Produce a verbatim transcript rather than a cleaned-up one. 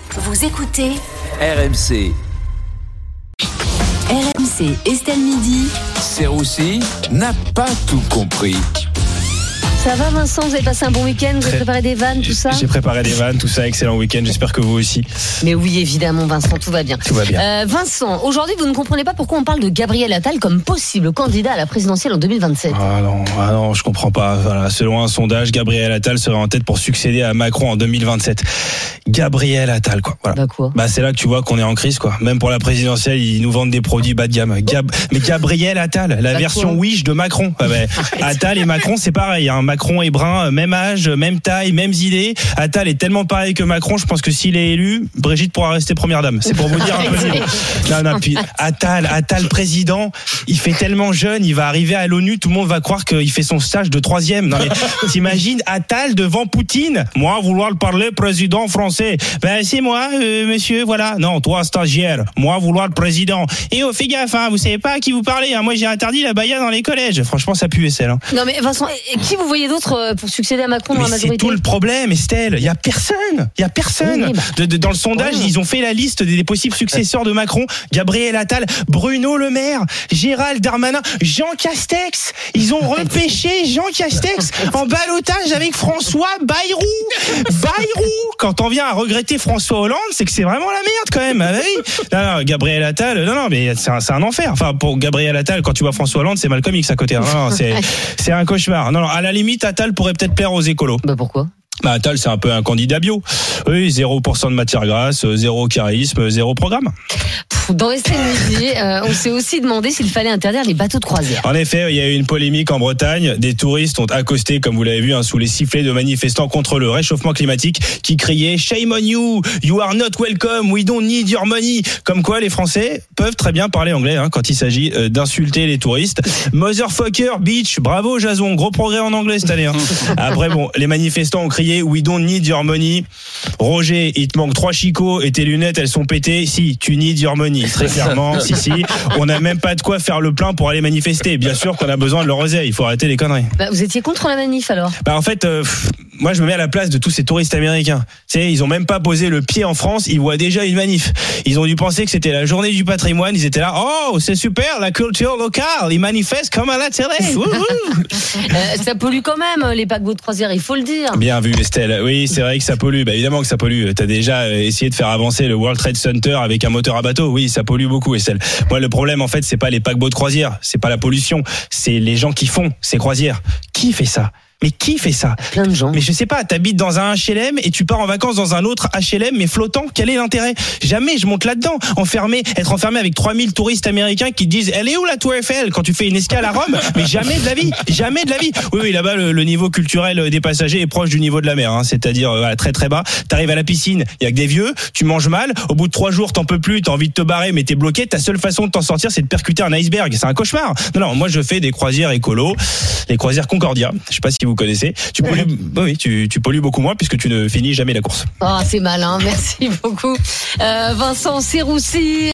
Vous écoutez R M C. R M C Estelle Midi. Serroussi n'a pas tout compris. Ça va Vincent, vous avez passé un bon week-end, vous avez préparé des vannes, tout ça ? J'ai préparé des vannes, tout ça, excellent week-end, j'espère que vous aussi. Mais oui, évidemment Vincent, tout va bien. Tout va bien. Euh, Vincent, aujourd'hui vous ne comprenez pas pourquoi on parle de Gabriel Attal comme possible candidat à la présidentielle en deux mille vingt-sept. Ah non, ah non, je comprends pas. Voilà, selon un sondage, Gabriel Attal serait en tête pour succéder à Macron en deux mille vingt-sept. Gabriel Attal, quoi. Voilà. Bah quoi ? Bah c'est là que tu vois qu'on est en crise, quoi. Même pour la présidentielle, ils nous vendent des produits bas de gamme. Gab... Mais Gabriel Attal, la bah version Wish de Macron. Ah bah, Attal et Macron, c'est pareil. Hein. Macron est brun. Même âge, même taille, mêmes idées. Attal est tellement pareil que Macron, je pense que s'il est élu, Brigitte pourra rester première dame. C'est pour vous dire un peu mieux. Non, non, puis Attal, Attal président, il fait tellement jeune, il va arriver à l'ONU, tout le monde va croire qu'il fait son stage de troisième. Non mais t'imagines Attal devant Poutine, moi vouloir le parler président français. Ben c'est moi, euh, monsieur, voilà. Non, toi stagiaire, moi vouloir le président. Et oh, fais gaffe, hein, vous savez pas à qui vous parlez. Hein. Moi j'ai interdit la baya dans les collèges. Franchement, ça pue Estelle. Hein. Non mais Vincent, qui vous voyez d'autre pour succéder à Macron dans mais la majorité? C'est tout le problème, Estelle. Il y a personne. Il y a personne. Oui, bah, de, de, dans le sondage, ouais. Ils ont fait la liste des, des possibles successeurs de Macron. Gabriel Attal, Bruno Le Maire, Gérald Darmanin, Jean Castex. Ils ont repêché Jean Castex en ballottage avec François Bayrou. Bayrou. Quand on vient à regretter François Hollande, c'est que c'est vraiment la merde quand même. Ah, oui. Non, non, Gabriel Attal, non, non, mais c'est un, c'est un enfer. Enfin, pour Gabriel Attal, quand tu vois François Hollande, c'est Malcolm X à côté. Non, non, c'est, c'est un cauchemar. Non, non, à la limite, Attal pourrait peut-être plaire aux écolos. Bah pourquoi ? Bah Attal, c'est un peu un candidat bio. Oui, zéro pour cent de matière grasse, zéro charisme, zéro programme. Dans Estelle Midi, euh, on s'est aussi demandé s'il fallait interdire les bateaux de croisière. En effet, il y a eu une polémique en Bretagne. Des touristes ont accosté, comme vous l'avez vu, hein, sous les sifflets de manifestants contre le réchauffement climatique qui criaient « Shame on you, you are not welcome, we don't need your money ». Comme quoi, les Français peuvent très bien parler anglais hein, quand il s'agit euh, d'insulter les touristes. « Motherfucker, bitch », bravo Jason, gros progrès en anglais cette année. Hein. Après, bon, les manifestants ont crié « We don't need your money ». Roger, il te manque trois chicots et tes lunettes, elles sont pétées. Si, tu need your money. Très clairement, si, si. On n'a même pas de quoi faire le plein pour aller manifester. Bien sûr qu'on a besoin de leur oseille. Il faut arrêter les conneries. Bah, vous étiez contre la manif alors ? Bah, en fait, euh, pff, moi, je me mets à la place de tous ces touristes américains. Tu sais, ils ont même pas posé le pied en France. Ils voient déjà une manif. Ils ont dû penser que c'était la journée du patrimoine. Ils étaient là. Oh, c'est super, la culture locale. Ils manifestent comme à la télé. euh, ça pollue quand même, les paquebots de croisière, il faut le dire. Bien vu, Estelle. Oui, c'est vrai que ça pollue. Bah, évidemment que ça pollue. T'as déjà essayé de faire avancer le World Trade Center avec un moteur à bateau. Oui, ça pollue beaucoup, Estelle. Moi, le problème, en fait, c'est pas les paquebots de croisière. C'est pas la pollution. C'est les gens qui font ces croisières. Qui fait ça ? Mais qui fait ça ? Plein de gens. Mais je sais pas, t'habites dans un H L M et tu pars en vacances dans un autre H L M mais flottant. Quel est l'intérêt ? Jamais je monte là-dedans. Enfermé, être enfermé avec trois mille touristes américains qui te disent « Elle est où la Tour Eiffel ?» quand tu fais une escale à Rome. Mais jamais de la vie. Jamais de la vie. Oui, oui, là-bas, le, le niveau culturel des passagers est proche du niveau de la mer. Hein, c'est-à-dire euh, très très bas. T'arrives à la piscine, il y a que des vieux. Tu manges mal. Au bout de trois jours, t'en peux plus. T'as envie de te barrer, mais t'es bloqué. Ta seule façon de t'en sortir, c'est de percuter un iceberg. C'est un cauchemar. Non, non, moi je fais des croisières écolo. Les croisières Concordia. Je sais pas si vous connaissez. Tu pollues, oui, tu, tu pollues beaucoup moins puisque tu ne finis jamais la course. Oh, c'est malin, merci beaucoup. Euh, Vincent Serroussi.